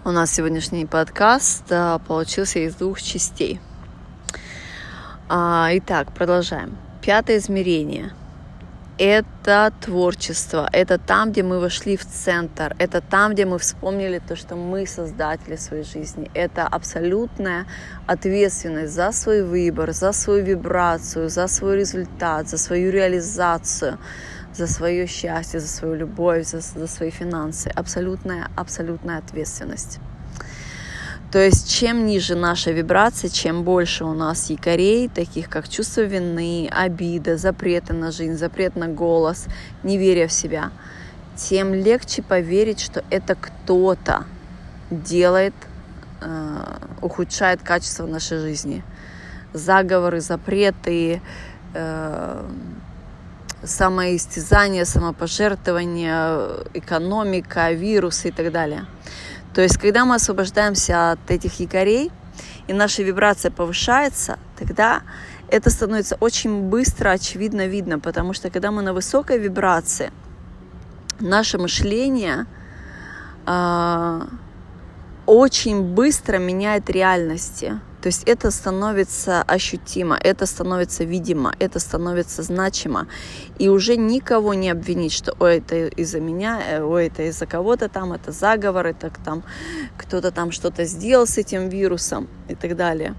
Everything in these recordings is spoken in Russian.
У нас сегодняшний подкаст получился из 2 частей. Итак, продолжаем. 5 измерение. Это творчество. Это там, где мы вошли в центр. Это там, где мы вспомнили то, что мы создатели своей жизни. Это абсолютная ответственность за свой выбор, за свою вибрацию, за свой результат, за свою реализацию, за свое счастье, за свою любовь, за свои финансы. Абсолютная ответственность. То есть, чем ниже наша вибрация, чем больше у нас якорей, таких как чувство вины, обида, запреты на жизнь, запрет на голос, неверие в себя, тем легче поверить, что это кто-то делает, ухудшает качество нашей жизни. Заговоры, запреты, самоистязание, самопожертвование, экономика, вирусы и так далее. То есть, когда мы освобождаемся от этих якорей, и наша вибрация повышается, тогда это становится очень быстро, очевидно, видно, потому что, когда мы на высокой вибрации, наше мышление очень быстро меняет реальности. То есть это становится ощутимо, это становится видимо, это становится значимо. И уже никого не обвинить, что это из-за меня, это из-за кого-то там, это заговор, это там кто-то там что-то сделал с этим вирусом и так далее.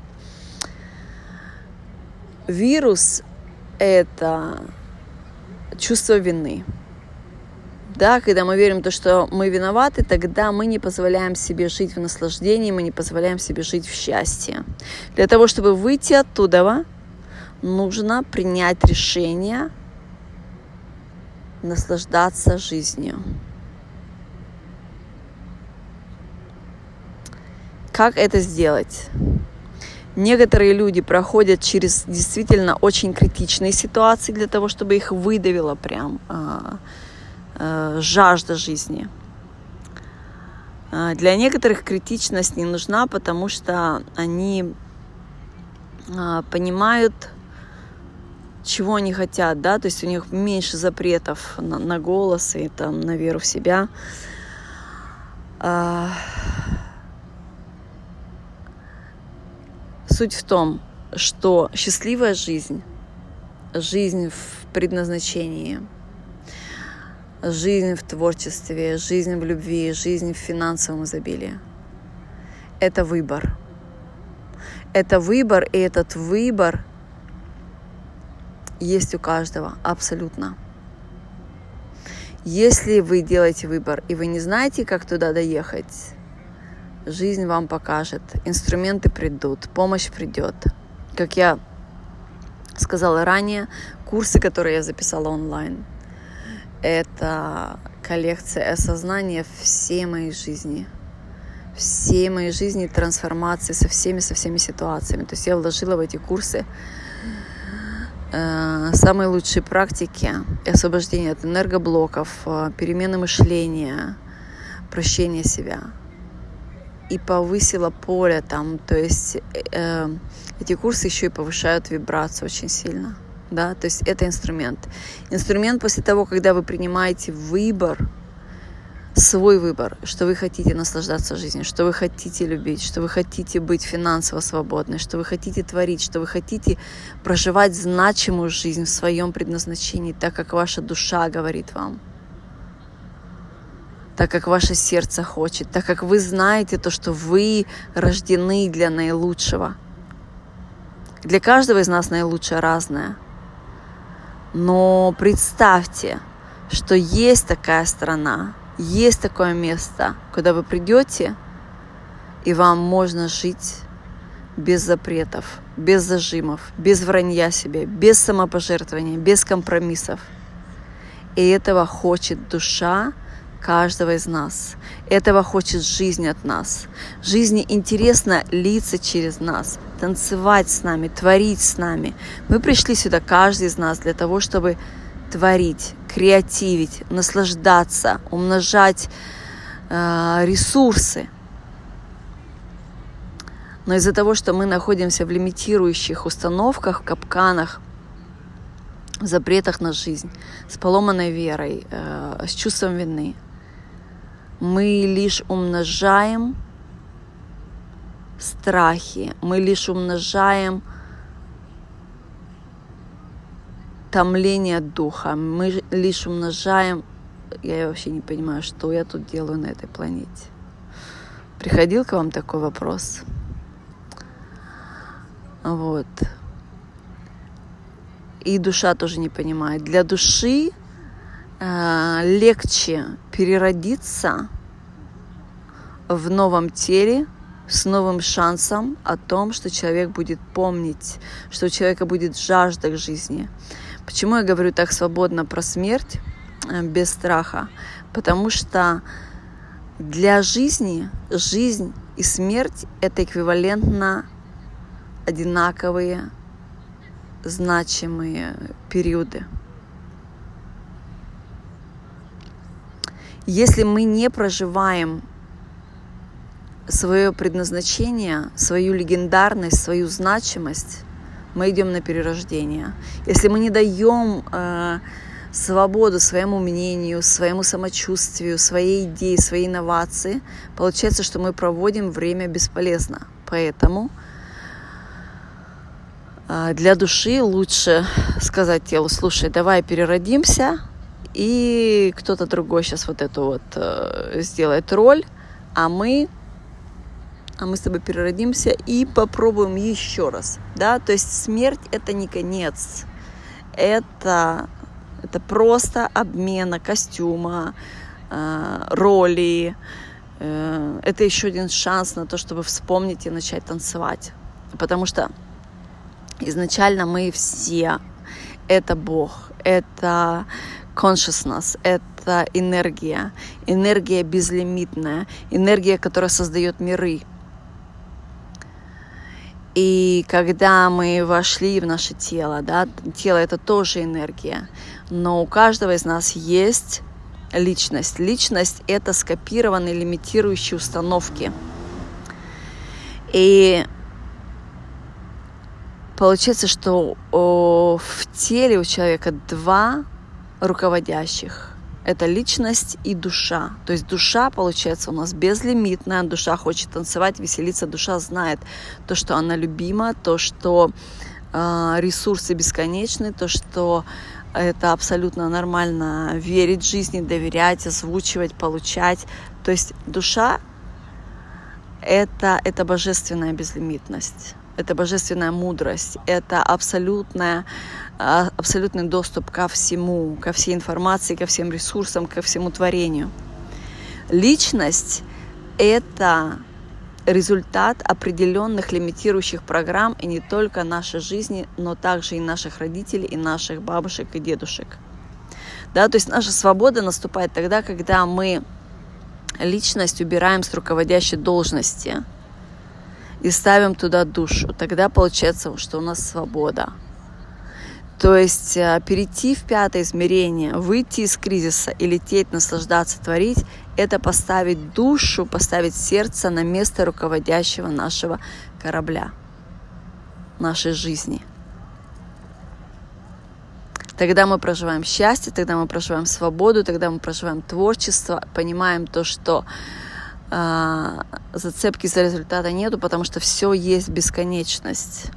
Вирус – это чувство вины. Да, когда мы верим в то, что мы виноваты, тогда мы не позволяем себе жить в наслаждении, мы не позволяем себе жить в счастье. Для того, чтобы выйти оттуда, нужно принять решение наслаждаться жизнью. Как это сделать? Некоторые люди проходят через действительно очень критичные ситуации для того, чтобы их выдавило прям жажда жизни. Для некоторых критичность не нужна, потому что они понимают, чего они хотят, да, то есть у них меньше запретов на голос и там, на веру в себя. Суть в том, что счастливая жизнь в предназначении, жизнь в творчестве, жизнь в любви, жизнь в финансовом изобилии. Это выбор. Это выбор, и этот выбор есть у каждого, абсолютно. Если вы делаете выбор, и вы не знаете, как туда доехать, жизнь вам покажет, инструменты придут, помощь придет. Как я сказала ранее, курсы, которые я записала онлайн, это коллекция осознания всей моей жизни, трансформации со всеми ситуациями. То есть я вложила в эти курсы самые лучшие практики освобождения от энергоблоков, перемены мышления, прощения себя. И повысила поле там. То есть эти курсы еще и повышают вибрацию очень сильно. Да, то есть это инструмент. Инструмент после того, когда вы принимаете выбор, свой выбор, что вы хотите наслаждаться жизнью, что вы хотите любить, что вы хотите быть финансово свободны, что вы хотите творить, что вы хотите проживать значимую жизнь в своем предназначении, так как ваша душа говорит вам, так как ваше сердце хочет, так как вы знаете то, что вы рождены для наилучшего. Для каждого из нас наилучшее разное. Но представьте, что есть такая страна, есть такое место, куда вы придете, и вам можно жить без запретов, без зажимов, без вранья себе, без самопожертвования, без компромиссов. И этого хочет душа каждого из нас. Этого хочет жизнь от нас. Жизни интересно литься через нас, танцевать с нами, творить с нами. Мы пришли сюда, каждый из нас, для того, чтобы творить, креативить, наслаждаться, умножать ресурсы. Но из-за того, что мы находимся в лимитирующих установках, капканах, в запретах на жизнь, с поломанной верой, с чувством вины, мы лишь умножаем страхи, мы лишь умножаем томление духа, мы лишь умножаем... Я вообще не понимаю, что я тут делаю на этой планете. Приходил к вам такой вопрос? Вот. И душа тоже не понимает. Для души легче переродиться в новом теле с новым шансом о том, что человек будет помнить, что у человека будет жажда к жизни. Почему я говорю так свободно про смерть, без страха? Потому что для жизни жизнь и смерть — это эквивалентно одинаковые, значимые периоды. Если мы не проживаем свое предназначение, свою легендарность, свою значимость, мы идем на перерождение. Если мы не даем свободу своему мнению, своему самочувствию, своей идее, своей инновации, получается, что мы проводим время бесполезно. Поэтому для души лучше сказать телу: слушай, давай переродимся, и кто-то другой сейчас вот эту вот сделает роль, а мы с тобой переродимся и попробуем еще раз. Да? То есть смерть — это не конец, это просто обмена костюма, роли. Это еще один шанс на то, чтобы вспомнить и начать танцевать. Потому что изначально мы все — это Бог, это consciousness, это энергия безлимитная, энергия, которая создает миры. И когда мы вошли в наше тело, да, тело — это тоже энергия, но у каждого из нас есть личность. Личность — это скопированные лимитирующие установки. И получается, что в теле у человека два руководящих. Это личность и душа. То есть душа, получается, у нас безлимитная. Душа хочет танцевать, веселиться. Душа знает то, что она любима, то, что ресурсы бесконечны, то, что это абсолютно нормально верить в жизни, доверять, озвучивать, получать. То есть душа — это божественная безлимитность. Это божественная мудрость, это абсолютный доступ ко всему, ко всей информации, ко всем ресурсам, ко всему творению. Личность — это результат определенных лимитирующих программ, и не только нашей жизни, но также и наших родителей, и наших бабушек и дедушек. Да, то есть наша свобода наступает тогда, когда мы личность убираем с руководящей должности и ставим туда душу. Тогда получается, что у нас свобода. То есть перейти в 5-е измерение, выйти из кризиса и лететь, наслаждаться, творить — это поставить душу, поставить сердце на место руководящего нашего корабля, нашей жизни. Тогда мы проживаем счастье, тогда мы проживаем свободу, тогда мы проживаем творчество, понимаем то, что зацепки за результата нету, потому что все есть бесконечность.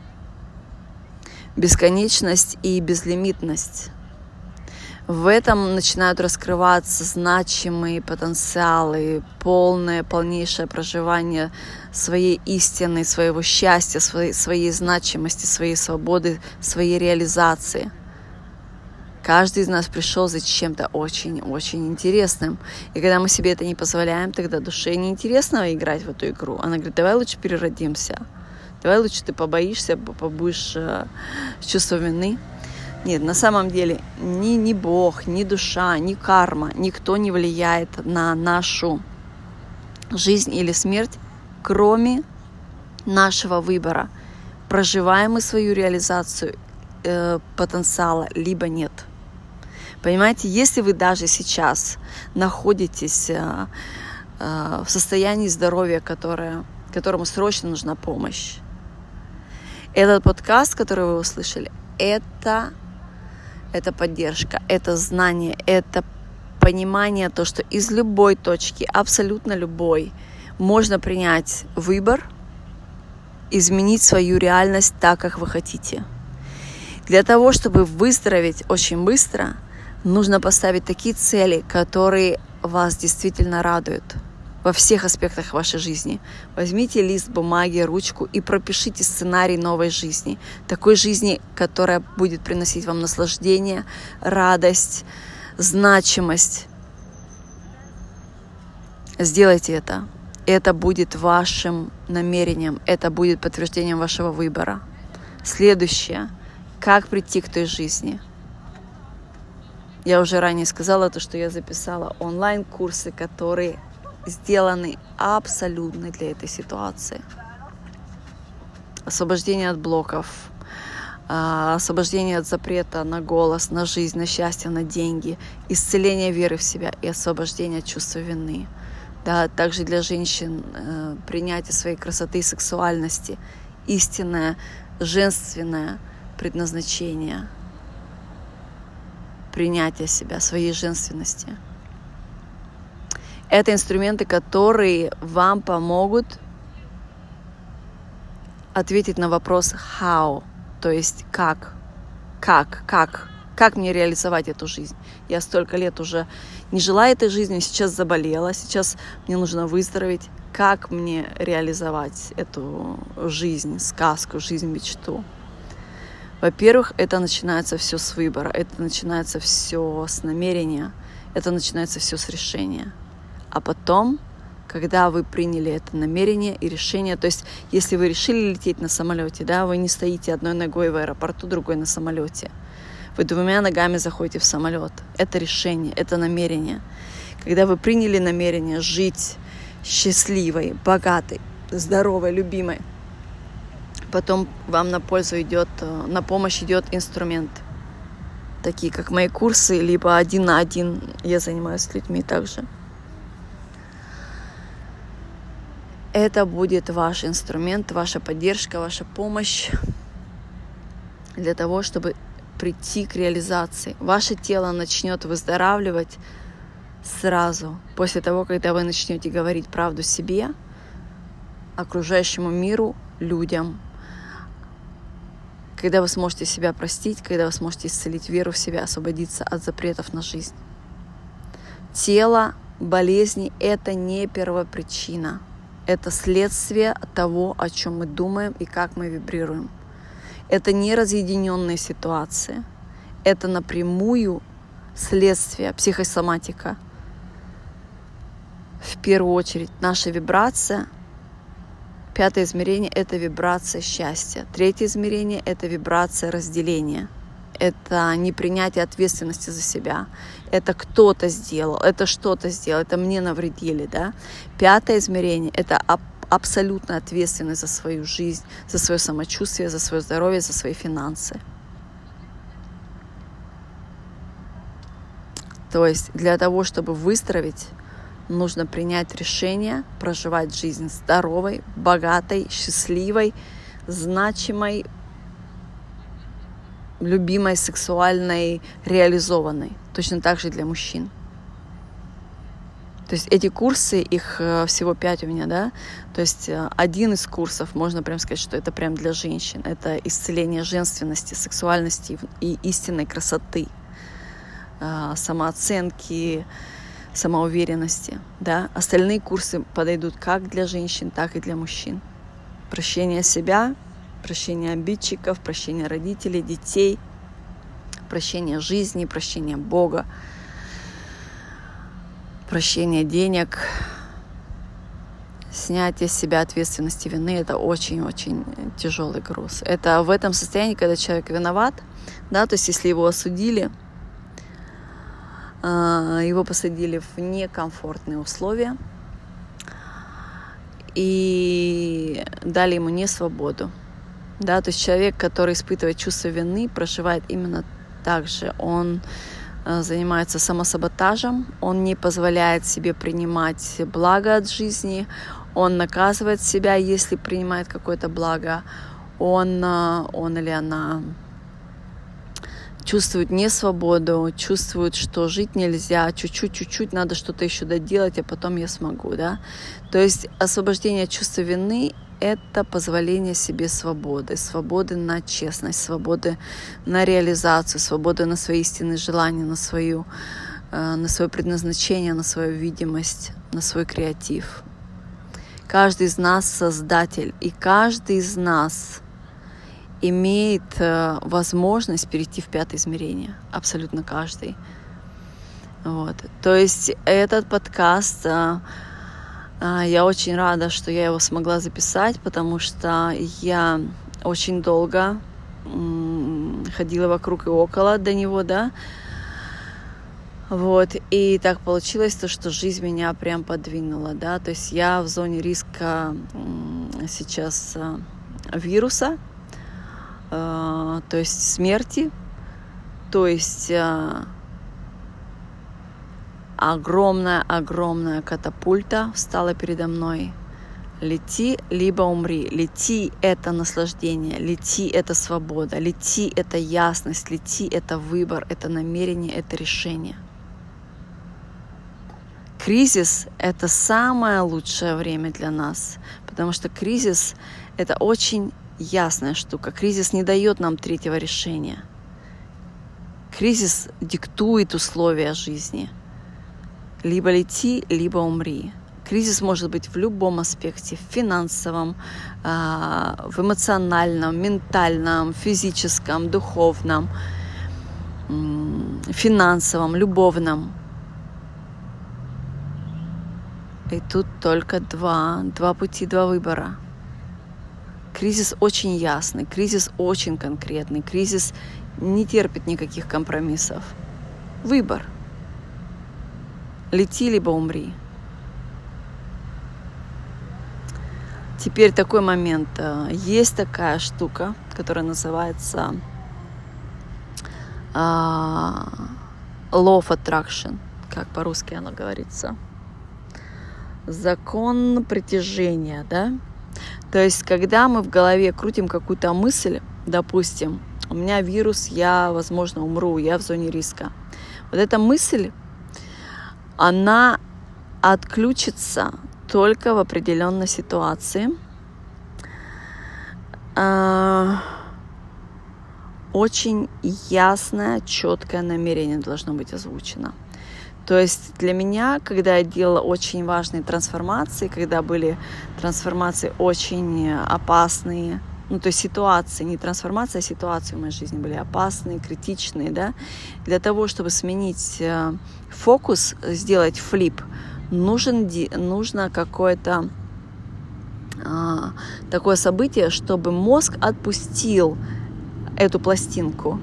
Бесконечность и безлимитность. В этом начинают раскрываться значимые потенциалы, полнейшее проживание своей истины, своего счастья, своей значимости, своей свободы, своей реализации. Каждый из нас пришел за чем-то очень-очень интересным. И когда мы себе это не позволяем, тогда душе неинтересно играть в эту игру. Она говорит: давай лучше переродимся. Давай лучше ты побоишься, побудешь с чувством вины. Нет, на самом деле ни Бог, ни душа, ни карма, никто не влияет на нашу жизнь или смерть, кроме нашего выбора. Проживаем мы свою реализацию потенциала, либо нет. Понимаете, если вы даже сейчас находитесь в состоянии здоровья, которому срочно нужна помощь, этот подкаст, который вы услышали, это поддержка, это знание, это понимание, то, что из любой точки, абсолютно любой, можно принять выбор изменить свою реальность так, как вы хотите. Для того, чтобы выздороветь очень быстро, нужно поставить такие цели, которые вас действительно радуют во всех аспектах вашей жизни. Возьмите лист бумаги, ручку и пропишите сценарий новой жизни. Такой жизни, которая будет приносить вам наслаждение, радость, значимость. Сделайте это. Это будет вашим намерением, это будет подтверждением вашего выбора. Следующее. Как прийти к той жизни? Я уже ранее сказала то, что я записала онлайн-курсы, которые сделаны абсолютно для этой ситуации. Освобождение от блоков, освобождение от запрета на голос, на жизнь, на счастье, на деньги, исцеление веры в себя и освобождение от чувства вины. Да, также для женщин принятие своей красоты и сексуальности, истинное, женственное предназначение, принятие себя, своей женственности. Это инструменты, которые вам помогут ответить на вопрос how, то есть как мне реализовать эту жизнь. Я столько лет уже не жила этой жизнью, сейчас заболела, сейчас мне нужно выздороветь. Как мне реализовать эту жизнь, сказку, жизнь-мечту? Во-первых, это начинается все с выбора, это начинается все с намерения, это начинается все с решения. А потом, когда вы приняли это намерение и решение, то есть если вы решили лететь на самолете, да, вы не стоите одной ногой в аэропорту, другой на самолете. Вы двумя ногами заходите в самолет. Это решение, это намерение. Когда вы приняли намерение жить счастливой, богатой, здоровой, любимой, потом вам на помощь идет инструмент. Такие как мои курсы, либо 1 на 1 я занимаюсь с людьми также. Это будет ваш инструмент, ваша поддержка, ваша помощь для того, чтобы прийти к реализации. Ваше тело начнет выздоравливать сразу, после того, когда вы начнете говорить правду себе, окружающему миру, людям. Когда вы сможете себя простить, когда вы сможете исцелить веру в себя, освободиться от запретов на жизнь. Тело, болезни – это не первопричина. Это следствие того, о чем мы думаем и как мы вибрируем. Это не разъединенные ситуации. Это напрямую следствие, психосоматика. В первую очередь наша вибрация. 5 измерение – это вибрация счастья. 3 измерение – это вибрация разделения. Это непринятие ответственности за себя. Это кто-то сделал, это что-то сделал, это мне навредили. Да? 5 измерение – это абсолютная ответственность за свою жизнь, за свое самочувствие, за свое здоровье, за свои финансы. То есть для того, чтобы выздороветь, нужно принять решение проживать жизнь здоровой, богатой, счастливой, значимой, любимой, сексуальной, реализованной. Точно так же для мужчин. То есть эти курсы, их всего 5 у меня, да. То есть один из курсов, можно прям сказать, что это прям для женщин. Это исцеление женственности, сексуальности и истинной красоты, самооценки, самоуверенности, да. Остальные курсы подойдут как для женщин, так и для мужчин. Прощение себя, прощение обидчиков, прощение родителей, детей, прощение жизни, прощение Бога, прощение денег, снятие с себя ответственности вины – это очень-очень тяжелый груз. Это в этом состоянии, когда человек виноват, да, то есть если его осудили, его посадили в некомфортные условия и дали ему несвободу. Да, то есть человек, который испытывает чувство вины, проживает именно так же. Он занимается самосаботажем, он не позволяет себе принимать благо от жизни, он наказывает себя, если принимает какое-то благо, он или она чувствуют несвободу, чувствуют, что жить нельзя, чуть-чуть надо что-то еще доделать, а потом я смогу, да. То есть освобождение от чувства вины — это позволение себе свободы, свободы на честность, свободы на реализацию, свободы на свои истинные желания, на свое предназначение, на свою видимость, на свой креатив. Каждый из нас создатель, и каждый из нас имеет возможность перейти в 5 измерение. Абсолютно каждый. Вот. То есть этот подкаст, я очень рада, что я его смогла записать, потому что я очень долго ходила вокруг и около до него, да. Вот, и так получилось, что жизнь меня прям подвинула, да, то есть я в зоне риска сейчас вируса, то есть смерти, то есть огромная катапульта встала передо мной. Лети, либо умри. Лети — это наслаждение, лети — это свобода, лети — это ясность, лети — это выбор, это намерение, это решение. Кризис — это самое лучшее время для нас, потому что кризис — это очень ясная штука. Кризис не дает нам 3-го решения. Кризис диктует условия жизни. Либо лети, либо умри. Кризис может быть в любом аспекте: в финансовом, в эмоциональном, ментальном, физическом, духовном, финансовом, любовном. И тут только два пути, 2 выбора. Кризис очень ясный, кризис очень конкретный, кризис не терпит никаких компромиссов. Выбор. Лети, либо умри. Теперь такой момент. Есть такая штука, которая называется Law of Attraction, как по-русски оно говорится. Закон притяжения, да? То есть, когда мы в голове крутим какую-то мысль, допустим, у меня вирус, я, возможно, умру, я в зоне риска. Вот эта мысль, она отключится только в определенной ситуации. Очень ясное, четкое намерение должно быть озвучено. То есть для меня, когда я делала очень важные трансформации, когда были трансформации очень опасные, то есть ситуации, не трансформация, а ситуации в моей жизни были опасные, критичные, да, для того, чтобы сменить фокус, сделать флип, нужно какое-то такое событие, чтобы мозг отпустил эту пластинку.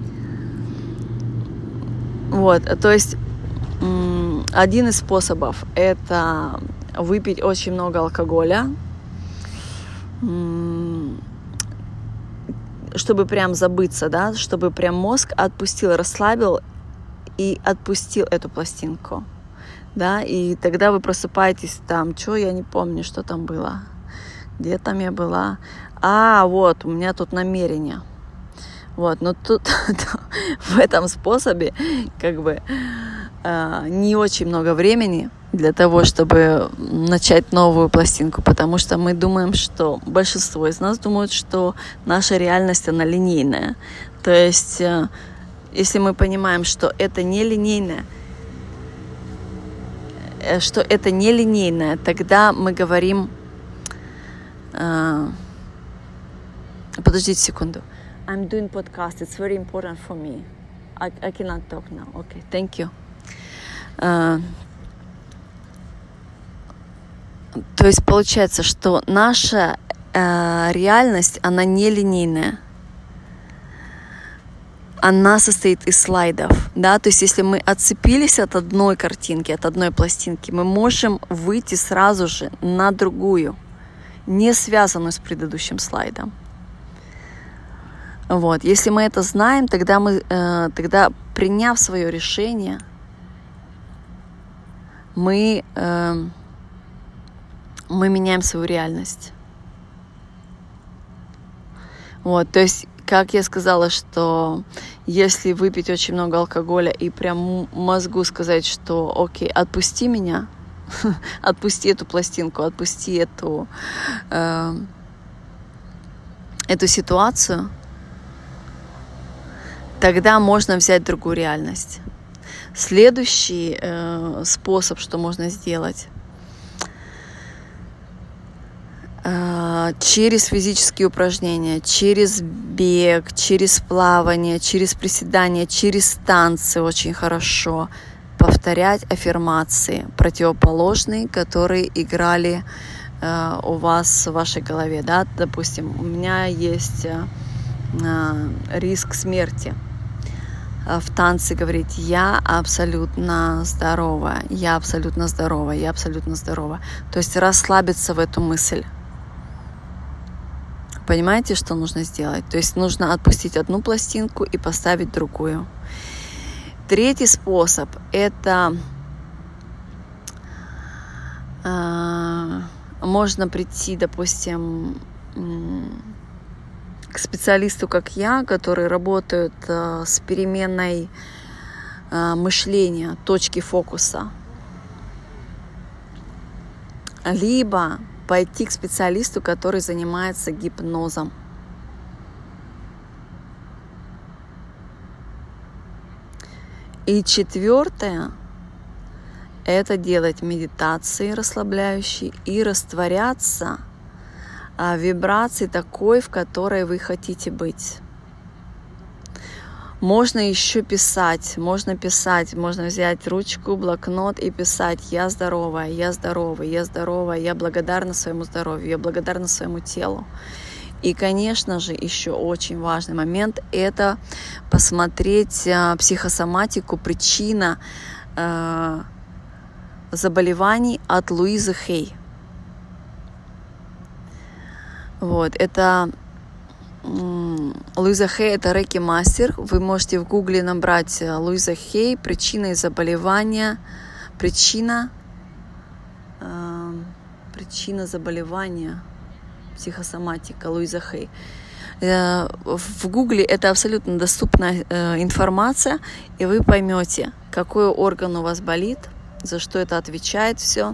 Вот, то есть один из способов — это выпить очень много алкоголя, чтобы прям забыться, да, чтобы прям мозг отпустил, расслабил и отпустил эту пластинку, да, и тогда вы просыпаетесь там, я не помню, что там было, где там я была, вот, у меня тут намерение, вот, но тут в этом способе как бы не очень много времени для того, чтобы начать новую пластинку, потому что мы думаем, что большинство из нас думают, что наша реальность, она линейная. То есть, если мы понимаем, что это не линейное, тогда мы говорим... Подождите секунду. I'm doing podcast. It's very important for me. I cannot talk now. Okay, thank you. То есть получается, что наша реальность, она не линейная. Она состоит из слайдов, да, то есть если мы отцепились от одной картинки, от одной пластинки, мы можем выйти сразу же на другую, не связанную с предыдущим слайдом. Вот, если мы это знаем, тогда приняв свое решение, мы меняем свою реальность. Вот, то есть Как я сказала, что если выпить очень много алкоголя и прям мозгу сказать, что окей, отпусти меня, отпусти эту пластинку, отпусти эту ситуацию, тогда можно взять другую реальность. Следующий способ, что можно сделать, через физические упражнения, через бег, через плавание, через приседания, через танцы очень хорошо повторять аффирмации противоположные, которые играли у вас в вашей голове. Да? Допустим, у меня есть риск смерти. В танце говорить: я абсолютно здорова, я абсолютно здорова, я абсолютно здорова. То есть расслабиться в эту мысль. Понимаете, что нужно сделать? То есть нужно отпустить одну пластинку и поставить другую. Третий способ – это можно прийти, допустим, к специалисту, как я, которые работают с переменной мышления, точки фокуса. Либо пойти к специалисту, который занимается гипнозом. И четвертое – это делать медитации расслабляющие и растворяться в вибрации такой, в которой вы хотите быть. Можно еще писать, можно взять ручку, блокнот и писать: я здоровая, я здоровая, я здоровая, я благодарна своему здоровью, я благодарна своему телу. И, конечно же, еще очень важный момент – это посмотреть психосоматику, причина заболеваний от Луизы Хей. Вот, это Луиза Хей, это рейки-мастер. Вы можете в гугле набрать Луиза Хей, причина заболевания, причина заболевания, психосоматика, Луиза Хей. В гугле это абсолютно доступная информация, и вы поймете, какой орган у вас болит, за что это отвечает все,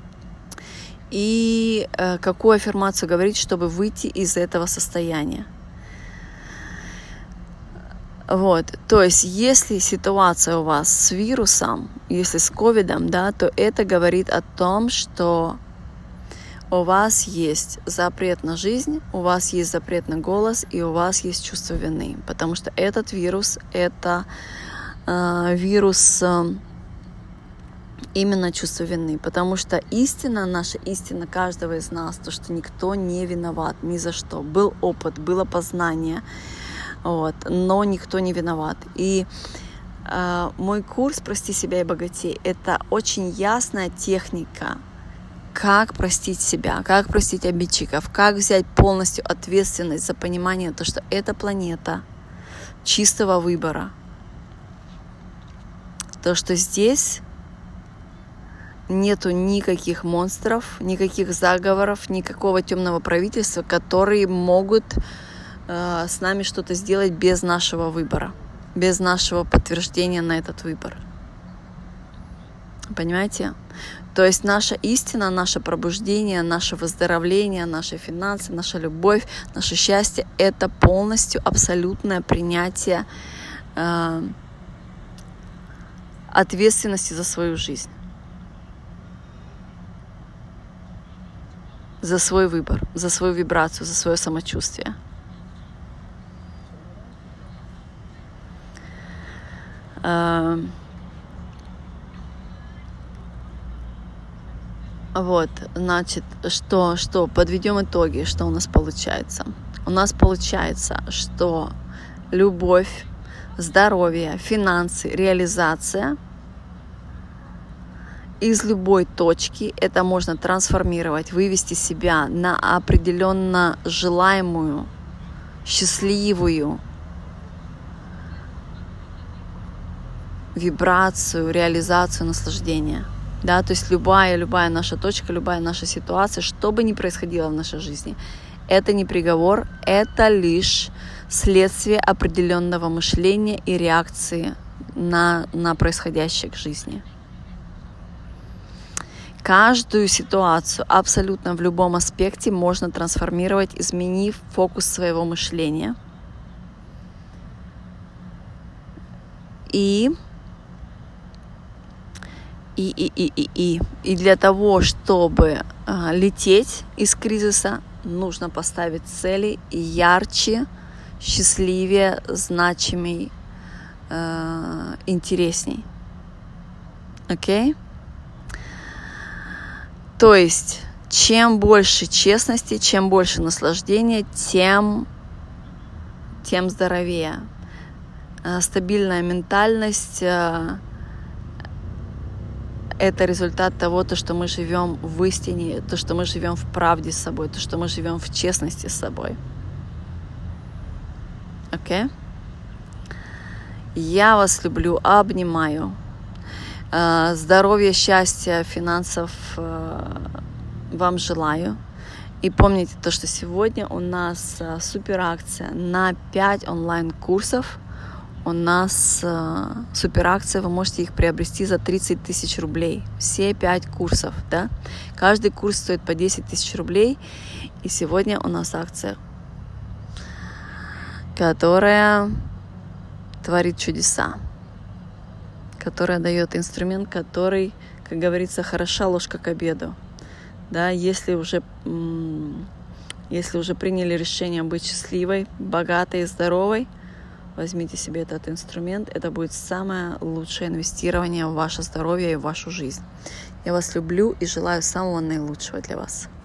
и какую аффирмацию говорить, чтобы выйти из этого состояния. Вот, то есть, если ситуация у вас с вирусом, если с ковидом, да, то это говорит о том, что у вас есть запрет на жизнь, у вас есть запрет на голос, и у вас есть чувство вины, потому что этот вирус, это вирус именно чувство вины, потому что истина, наша истина каждого из нас, то, что никто не виноват ни за что. Был опыт, было познание, вот, но никто не виноват. И мой курс «Прости себя и богатей» — это очень ясная техника, как простить себя, как простить обидчиков, как взять полностью ответственность за понимание того, что эта планета чистого выбора, то, что здесь нету никаких монстров, никаких заговоров, никакого темного правительства, которые могут с нами что-то сделать без нашего выбора, без нашего подтверждения на этот выбор. Понимаете? То есть наша истина, наше пробуждение, наше выздоровление, наши финансы, наша любовь, наше счастье — это полностью абсолютное принятие ответственности за свою жизнь, за свой выбор, за свою вибрацию, за свое самочувствие. Вот, значит, что подведем итоги, что у нас получается. У нас получается, что любовь, здоровье, финансы, реализация из любой точки, это можно трансформировать, вывести себя на определенно желаемую, счастливую вибрацию, реализацию, наслаждение. Да, то есть любая наша точка, любая наша ситуация, что бы ни происходило в нашей жизни, Это не приговор, это лишь следствие определенного мышления и реакции на происходящее в жизни. Каждую ситуацию абсолютно в любом аспекте можно трансформировать, изменив фокус своего мышления. И для того, чтобы лететь из кризиса, нужно поставить цели ярче, счастливее, значимей, интересней. Окей? То есть, чем больше честности, чем больше наслаждения, тем здоровее. Стабильная ментальность — это результат того, что мы живем в истине, то, что мы живем в правде с собой, то, что мы живем в честности с собой. Окей? Я вас люблю, обнимаю. Здоровья, счастья, финансов вам желаю. И помните то, что сегодня у нас супер акция на 5 онлайн-курсов. У нас супер акция, вы можете их приобрести за 30 тысяч рублей. Все 5 курсов, да? Каждый курс стоит по 10 тысяч рублей. И сегодня у нас акция, которая творит чудеса, которая дает инструмент, который, как говорится, хороша ложка к обеду. Да, если уже приняли решение быть счастливой, богатой и здоровой, возьмите себе этот инструмент. Это будет самое лучшее инвестирование в ваше здоровье и в вашу жизнь. Я вас люблю и желаю самого наилучшего для вас.